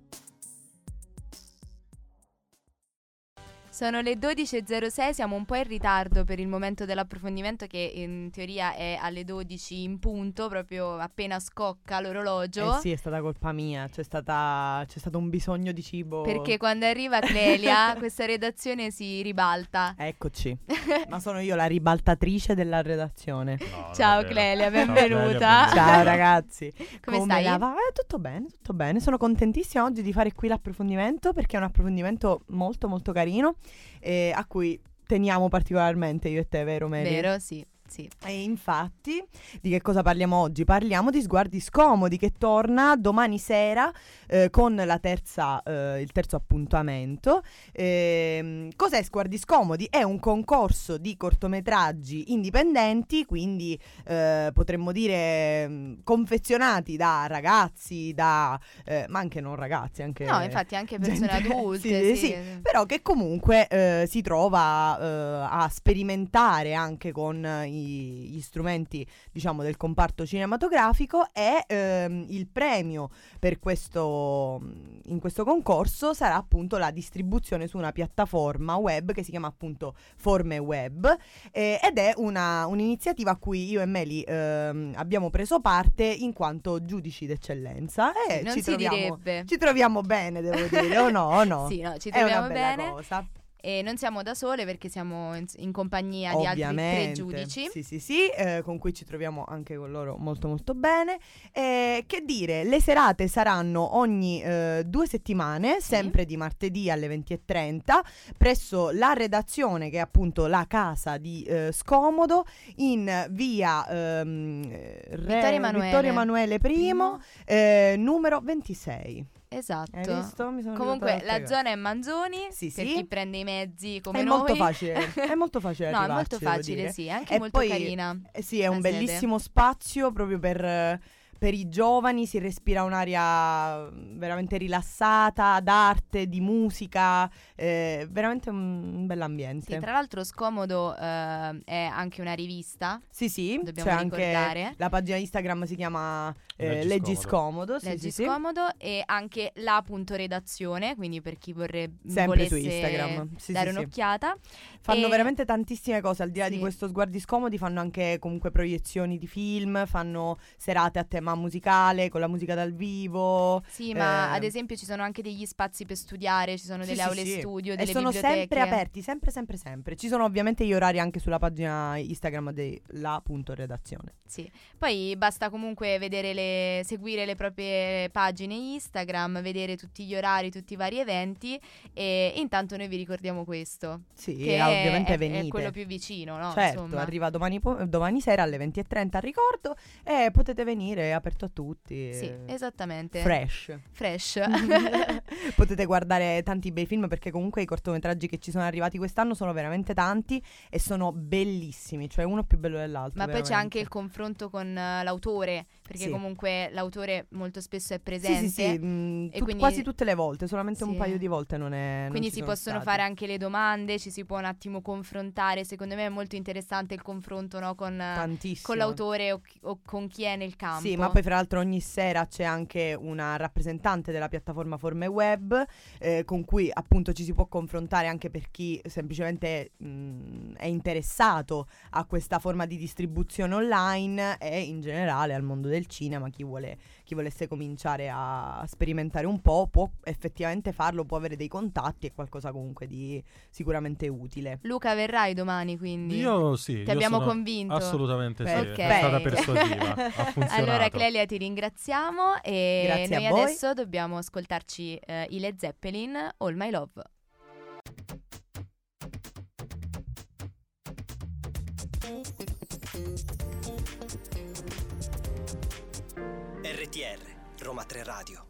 Sono le 12.06, siamo un po' in ritardo per il momento dell'approfondimento, che in teoria è alle 12 in punto, proprio appena scocca l'orologio. Sì, è stata colpa mia, c'è stato un bisogno di cibo. Perché quando arriva Clelia questa redazione si ribalta. Eccoci, ma sono io la ribaltatrice della redazione. No, Ciao Clelia, benvenuta. Ciao ragazzi. Come stai? Tutto bene, sono contentissima oggi di fare qui l'approfondimento, perché è un approfondimento molto molto carino, a cui teniamo particolarmente io e te, vero Mary? Vero, sì. E infatti di che cosa parliamo oggi? Parliamo di Sguardi Scomodi, che torna domani sera con il terzo appuntamento. Cos'è Sguardi Scomodi? È un concorso di cortometraggi indipendenti, quindi potremmo dire confezionati da ragazzi, ma anche non ragazzi, anche no, infatti anche persone adulte, sì, però che comunque si trova a sperimentare anche con gli strumenti, diciamo, del comparto cinematografico, e il premio per in questo concorso sarà appunto la distribuzione su una piattaforma web che si chiama appunto Forme Web, ed è un'iniziativa a cui io e Meli abbiamo preso parte in quanto giudici d'eccellenza, e non ci troviamo bene, devo dire, o no? Sì, no, ci troviamo bene. È una bella cosa. E non siamo da sole, perché siamo in compagnia di altri 3 giudici. Sì, con cui ci troviamo anche con loro molto molto bene. Che dire, le serate saranno ogni 2 settimane, sempre di martedì alle 20:30, presso la redazione, che è appunto la casa di Scomodo, in via Vittorio Emanuele I, numero 26. Esatto. Hai visto? Comunque la zona è Manzoni, per chi prende i mezzi come è noi. Molto facile, è molto facile no, arrivarci, è molto facile, sì, è anche molto carina. Sì, è un bellissimo spazio proprio per i giovani, si respira un'aria veramente rilassata, d'arte, di musica, veramente un bell'ambiente. Sì, tra l'altro Scomodo è anche una rivista. Sì, dobbiamo c'è ricordare. Anche la pagina Instagram si chiama Leggi Scomodo. Leggi Scomodo, e anche la.redazione, quindi per chi sempre su Instagram dare un'occhiata. Fanno veramente tantissime cose, al di là di questo Sguardi Scomodi, fanno anche comunque proiezioni di film, fanno serate a tema musicale con la musica dal vivo. Sì, ma ad esempio ci sono anche degli spazi per studiare, ci sono delle aule studio, delle sono biblioteche. Sempre aperti, sempre. Ci sono ovviamente gli orari anche sulla pagina Instagram della.redazione. Sì, poi basta comunque seguire le proprie pagine Instagram, vedere tutti gli orari, tutti i vari eventi, e intanto noi vi ricordiamo questo. Sì, che ovviamente venite. È quello più vicino, no? Certo, insomma. arriva domani sera alle 20:30 al ricordo, e potete venire a aperto a tutti. Sì, esattamente. Fresh. Potete guardare tanti bei film, perché comunque i cortometraggi che ci sono arrivati quest'anno sono veramente tanti e sono bellissimi, cioè uno più bello dell'altro. Ma veramente. poi c'è anche il confronto con l'autore, perché Sì. comunque l'autore molto spesso è presente. Sì, e quindi, quasi tutte le volte, solamente un sì. paio di volte non è. Quindi non si ci possono sono fare stati. anche le domande, ci si può un attimo confrontare. Secondo me è molto interessante il confronto, no, con Tantissimo. l'autore o con chi è nel campo. Sì, ma poi fra l'altro ogni sera c'è anche una rappresentante della piattaforma Forme Web, con cui appunto ci si può confrontare anche per chi semplicemente è interessato a questa forma di distribuzione online e in generale al mondo del cinema. Chi volesse cominciare a sperimentare un po' può effettivamente farlo, può avere dei contatti, è qualcosa comunque di sicuramente utile. Luca, verrai domani, quindi Io sì. ti io abbiamo sono convinto. Assolutamente sì. Ok. È stata persuasiva. Ha funzionato. Allora Clelia, ti ringraziamo e Grazie noi a voi. adesso dobbiamo ascoltarci i Led Zeppelin, All My Love. RTR, Roma 3 Radio.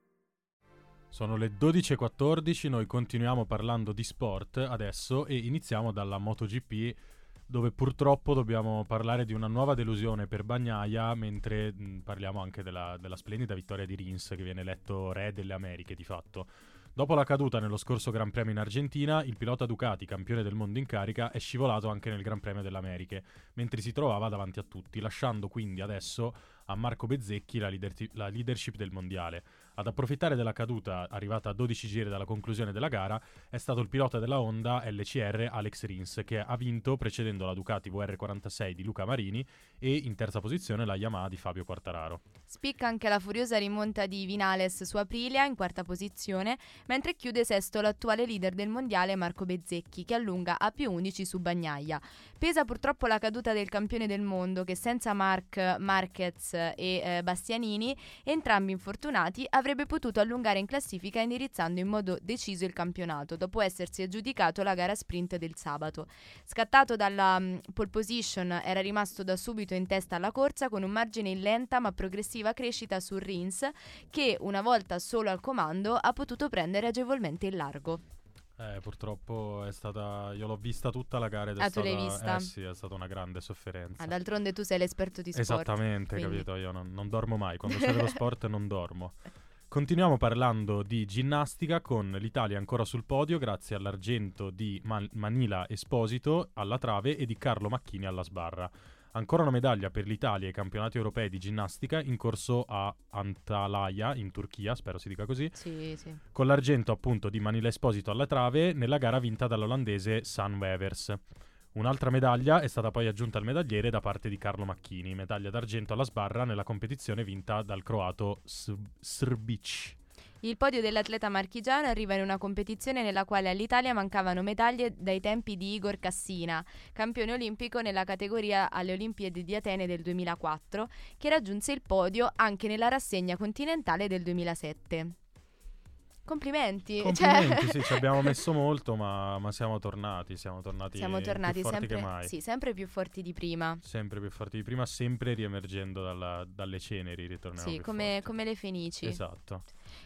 Sono le 12:14, noi continuiamo parlando di sport adesso e iniziamo dalla MotoGP, dove purtroppo dobbiamo parlare di una nuova delusione per Bagnaia, mentre parliamo anche della splendida vittoria di Rins, che viene eletto re delle Americhe di fatto. Dopo la caduta nello scorso Gran Premio in Argentina, il pilota Ducati, campione del mondo in carica, è scivolato anche nel Gran Premio delle Americhe, mentre si trovava davanti a tutti, lasciando quindi adesso a Marco Bezzecchi la leadership del mondiale. Ad approfittare della caduta, arrivata a 12 giri dalla conclusione della gara, è stato il pilota della Honda LCR Alex Rins, che ha vinto precedendo la Ducati VR46 di Luca Marini e in terza posizione la Yamaha di Fabio Quartararo. Spicca anche la furiosa rimonta di Vinales su Aprilia in quarta posizione, mentre chiude sesto l'attuale leader del mondiale Marco Bezzecchi, che allunga a più 11 su Bagnaia. Pesa purtroppo la caduta del campione del mondo, che senza Marquez e Bastianini, entrambi infortunati, avrebbe potuto allungare in classifica indirizzando in modo deciso il campionato, dopo essersi aggiudicato la gara sprint del sabato. Scattato dalla pole position, era rimasto da subito in testa alla corsa con un margine in lenta ma progressiva crescita su Rins, che una volta solo al comando ha potuto prendere agevolmente il largo. Purtroppo è stata. Io l'ho vista tutta la gara ed è tu l'hai vista? Sì, è stata una grande sofferenza. D'altronde tu sei l'esperto di sport. Esattamente, quindi. capito? Io non dormo mai. Quando c'è dello sport non dormo. Continuiamo parlando di ginnastica con l'Italia ancora sul podio grazie all'argento di Manila Esposito alla trave e di Carlo Macchini alla sbarra. Ancora una medaglia per l'Italia ai campionati europei di ginnastica in corso a Antalya in Turchia, spero si dica così, Sì. con l'argento appunto di Manila Esposito alla trave nella gara vinta dall'olandese Sam Wevers. Un'altra medaglia è stata poi aggiunta al medagliere da parte di Carlo Macchini, medaglia d'argento alla sbarra nella competizione vinta dal croato Srbic. Il podio dell'atleta marchigiano arriva in una competizione nella quale all'Italia mancavano medaglie dai tempi di Igor Cassina, campione olimpico nella categoria alle Olimpiadi di Atene del 2004, che raggiunse il podio anche nella rassegna continentale del 2007. Complimenti. Complimenti, sì, ci abbiamo messo molto, ma siamo tornati Siamo più tornati forti sempre, che mai. sì, sempre più forti di prima. Sempre più forti di prima, sempre riemergendo dalle ceneri, ritorniamo Sì, più come forti. le fenici. Esatto.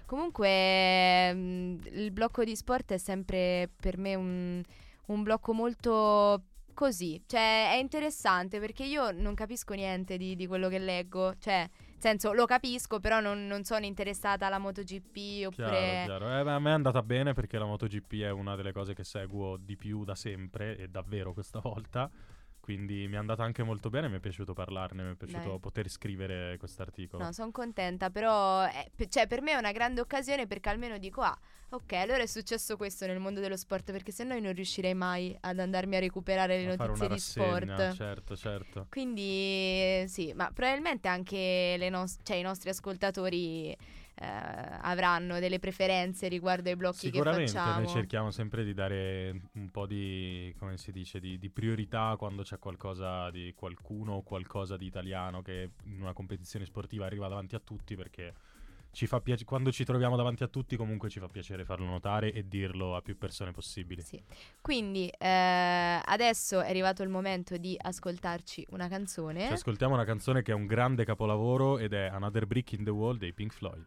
Comunque il blocco di sport è sempre per me un blocco molto così, cioè è interessante perché io non capisco niente di quello che leggo, cioè nel senso lo capisco però non sono interessata alla MotoGP oppure Chiaro. A me è andata bene perché la MotoGP è una delle cose che seguo di più da sempre e davvero questa volta. Quindi mi è andata anche molto bene, mi è piaciuto parlarne, mi è piaciuto Dai. poter scrivere quest'articolo. No, sono contenta, però cioè, per me è una grande occasione perché almeno dico, ok, allora è successo questo nel mondo dello sport, perché se no io non riuscirei mai ad andarmi a recuperare le A fare notizie una di rassegna, sport. certo. Quindi sì, ma probabilmente anche i nostri ascoltatori avranno delle preferenze riguardo ai blocchi che Sicuramente, facciamo. noi cerchiamo sempre di dare un po' di, come si dice, di priorità quando c'è qualcosa di qualcuno o qualcosa di italiano che in una competizione sportiva arriva davanti a tutti, perché quando ci troviamo davanti a tutti comunque ci fa piacere farlo notare e dirlo a più persone possibili. Sì. Quindi adesso è arrivato il momento di ascoltarci una canzone. Ci ascoltiamo una canzone che è un grande capolavoro ed è Another Brick in the Wall dei Pink Floyd.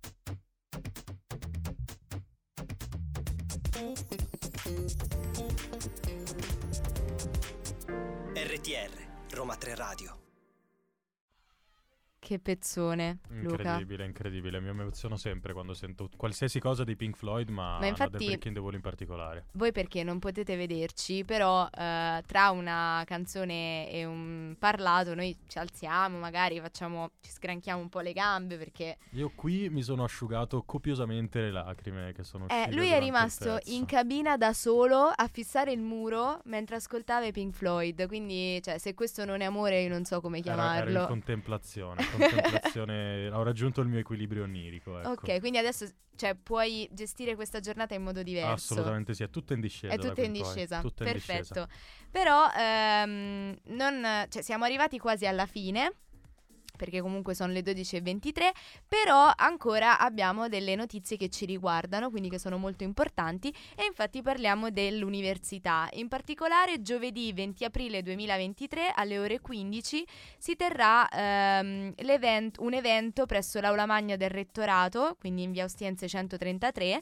RTR, Roma 3 Radio. Che pezzone, Luca. Incredibile, mi emoziono sempre quando sento qualsiasi cosa dei Pink Floyd, ma infatti, Another Brick in the Wall in particolare. Voi perché non potete vederci, però tra una canzone e un parlato noi ci alziamo, magari ci sgranchiamo un po' le gambe perché... Io qui mi sono asciugato copiosamente le lacrime che sono uscite. Lui è rimasto in cabina da solo a fissare il muro mentre ascoltava i Pink Floyd, quindi cioè, se questo non è amore io non so come chiamarlo. Era in contemplazione, ho raggiunto il mio equilibrio onirico, ecco. Ok, quindi adesso puoi gestire questa giornata in modo diverso. Assolutamente sì, è tutto in discesa. È tutto in discesa, tutto perfetto. In discesa. Però siamo arrivati quasi alla fine, perché comunque sono le 12:23, però ancora abbiamo delle notizie che ci riguardano, quindi che sono molto importanti, e infatti parliamo dell'università. In particolare giovedì 20 aprile 2023 alle ore 15 si terrà un evento presso l'Aula Magna del Rettorato, quindi in via Ostiense 133,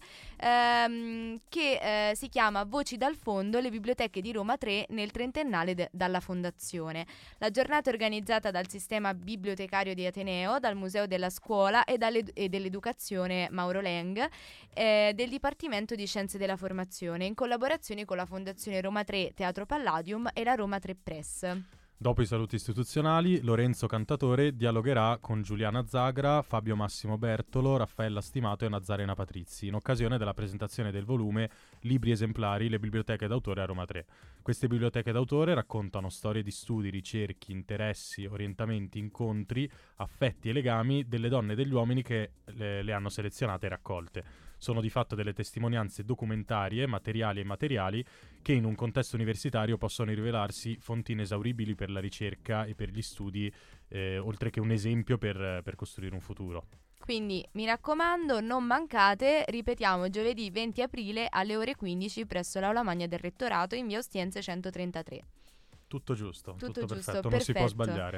che si chiama Voci dal fondo, le biblioteche di Roma 3 nel trentennale dalla fondazione. La giornata è organizzata dal sistema bibliotecario di Ateneo, dal Museo della Scuola e dell'Educazione Mauro Leng, del Dipartimento di Scienze della Formazione, in collaborazione con la Fondazione Roma 3 Teatro Palladium e la Roma 3 Press. Dopo i saluti istituzionali, Lorenzo Cantatore dialogherà con Giuliana Zagra, Fabio Massimo Bertolo, Raffaella Stimato e Nazarena Patrizzi in occasione della presentazione del volume Libri esemplari, le biblioteche d'autore a Roma 3. Queste biblioteche d'autore raccontano storie di studi, ricerche, interessi, orientamenti, incontri, affetti e legami delle donne e degli uomini che le hanno selezionate e raccolte. Sono di fatto delle testimonianze documentarie, materiali e immateriali, che in un contesto universitario possono rivelarsi fonti inesauribili per la ricerca e per gli studi, oltre che un esempio per costruire un futuro. Quindi mi raccomando, non mancate, ripetiamo, giovedì 20 aprile alle ore 15 presso l'Aula Magna del Rettorato in via Ostiense 133. Tutto giusto, tutto giusto, perfetto, non si può sbagliare.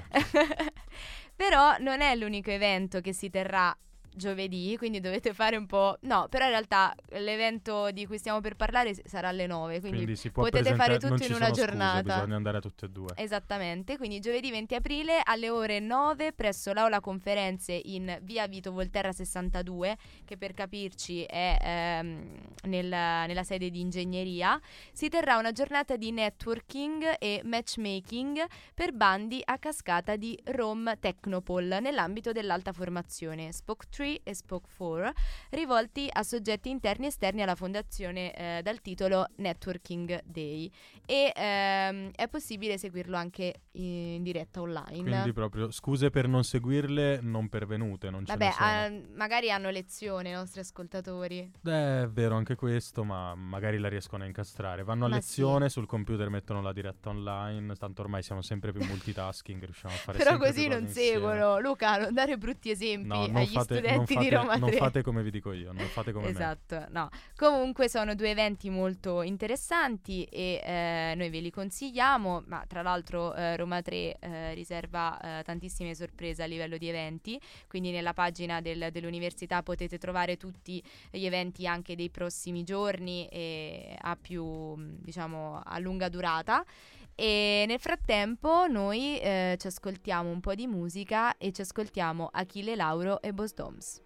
Però non è l'unico evento che si terrà giovedì, quindi dovete fare un po'... No, però in realtà l'evento di cui stiamo per parlare sarà alle 9, quindi si può potete fare tutto non in ci una sono giornata. Scuse, bisogna andare a tutte e due. Esattamente, quindi giovedì 20 aprile alle ore 9 presso l'Aula Conferenze in via Vito Volterra 62, che per capirci è nella sede di ingegneria, si terrà una giornata di networking e matchmaking per bandi a cascata di Rome Technopol nell'ambito dell'alta formazione, Spoke 3 e Spoke 4, rivolti a soggetti interni e esterni alla fondazione dal titolo Networking Day, e è possibile seguirlo anche in diretta online. Quindi proprio scuse per non seguirle, non pervenute, non ce ne sono. Magari hanno lezione i nostri ascoltatori. È vero anche questo, ma magari la riescono a incastrare. Vanno a lezione, sul computer mettono la diretta online, tanto ormai siamo sempre più multitasking, riusciamo a fare però sempre così più non cose insieme. seguono. Luca, non dare brutti esempi agli studenti di Roma 3. Non fate come vi dico io, non fate come me. Esatto, no. Comunque sono due eventi molto interessanti e noi ve li consigliamo, ma tra l'altro Roma 3 riserva tantissime sorprese a livello di eventi, quindi nella pagina dell'università potete trovare tutti gli eventi anche dei prossimi giorni e a più, diciamo, a lunga durata. E nel frattempo noi ci ascoltiamo un po' di musica e ci ascoltiamo Achille Lauro e Boss Doms.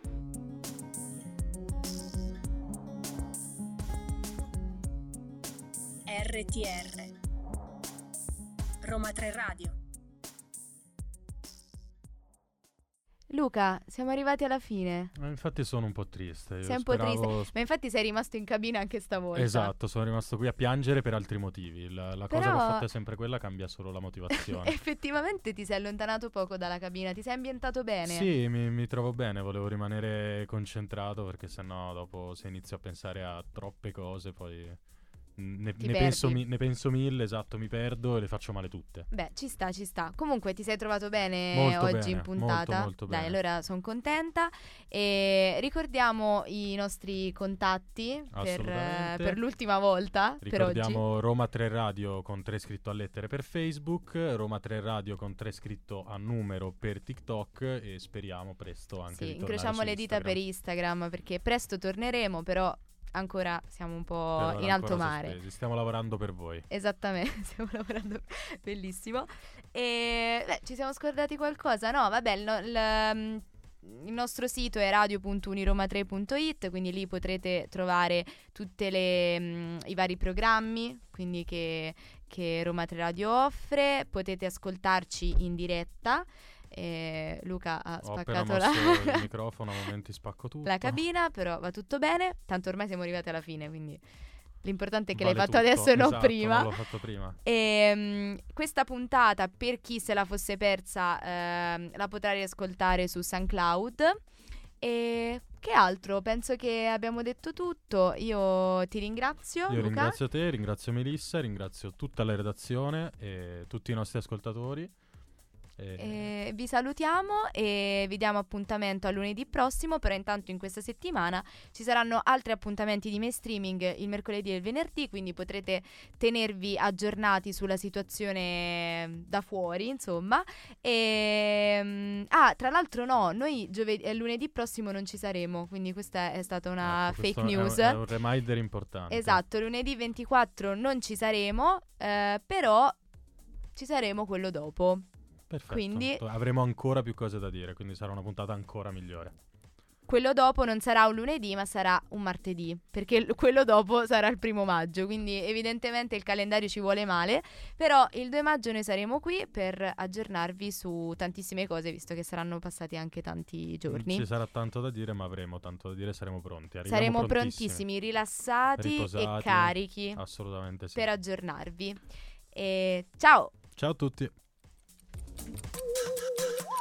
RTR Roma 3 Radio. Luca, siamo arrivati alla fine. Infatti sono un po' triste. Sei un po' triste, ma infatti sei rimasto in cabina anche stavolta. Esatto, sono rimasto qui a piangere per altri motivi. La cosa che ho fatto è sempre quella, cambia solo la motivazione. Effettivamente ti sei allontanato poco dalla cabina, ti sei ambientato bene. Sì, mi trovo bene, volevo rimanere concentrato perché sennò dopo se inizio a pensare a troppe cose poi ne Ti penso, perdi. ne penso 1000, esatto, mi perdo e le faccio male tutte. Beh, ci sta, ci sta. Comunque ti sei trovato bene Molto oggi bene, in puntata? molto Dai, bene. allora sono contenta. E ricordiamo i nostri contatti Assolutamente. per l'ultima volta, per oggi. Ricordiamo Roma 3 Radio con 3 scritto a lettere per Facebook, Roma 3 Radio con 3 scritto a numero per TikTok e speriamo presto anche di Sì, tornare incrociamo su le dita Instagram. per Instagram perché presto torneremo, però ancora siamo un Per po' ora in alto ancora mare. sospesi. Stiamo lavorando per voi. Esattamente, stiamo lavorando bellissimo. E ci siamo scordati qualcosa? No, vabbè, il nostro sito è radio.uniroma3.it, quindi lì potrete trovare tutti i vari programmi quindi che Roma 3 Radio offre. Potete ascoltarci in diretta. Luca ha Ho appena spaccato mosso il microfono, a momenti spacco tutto. la cabina, però va tutto bene. Tanto ormai siamo arrivati alla fine, quindi l'importante è che Vale l'hai fatto tutto. adesso e non Esatto, prima. non l'ho fatto prima. Questa puntata, per chi se la fosse persa, la potrà riascoltare su SoundCloud. E che altro? Penso che abbiamo detto tutto. Io ti ringrazio, Io Luca. ringrazio te, ringrazio Melissa, ringrazio tutta la redazione e tutti i nostri ascoltatori. E vi salutiamo e vi diamo appuntamento a lunedì prossimo. Però intanto in questa settimana ci saranno altri appuntamenti di mainstreaming il mercoledì e il venerdì, quindi potrete tenervi aggiornati sulla situazione da fuori, insomma. Tra l'altro noi lunedì prossimo non ci saremo, quindi questa è stata una Ecco, fake questo news. è un reminder importante. Esatto, lunedì 24 non ci saremo, però ci saremo quello dopo. Perfetto. Quindi Avremo ancora più cose da dire, quindi sarà una puntata ancora migliore. quello dopo non sarà un lunedì, ma sarà un martedì, perché quello dopo sarà il 1° maggio, quindi evidentemente il calendario ci vuole male. Però il 2 maggio noi saremo qui per aggiornarvi su tantissime cose, visto che saranno passati anche tanti giorni. Ci sarà tanto da dire, ma avremo tanto da dire, saremo pronti. Arriviamo Saremo prontissimi, prontissimi, rilassati riposati, e carichi assolutamente sì. per aggiornarvi. E ciao! Ciao a tutti.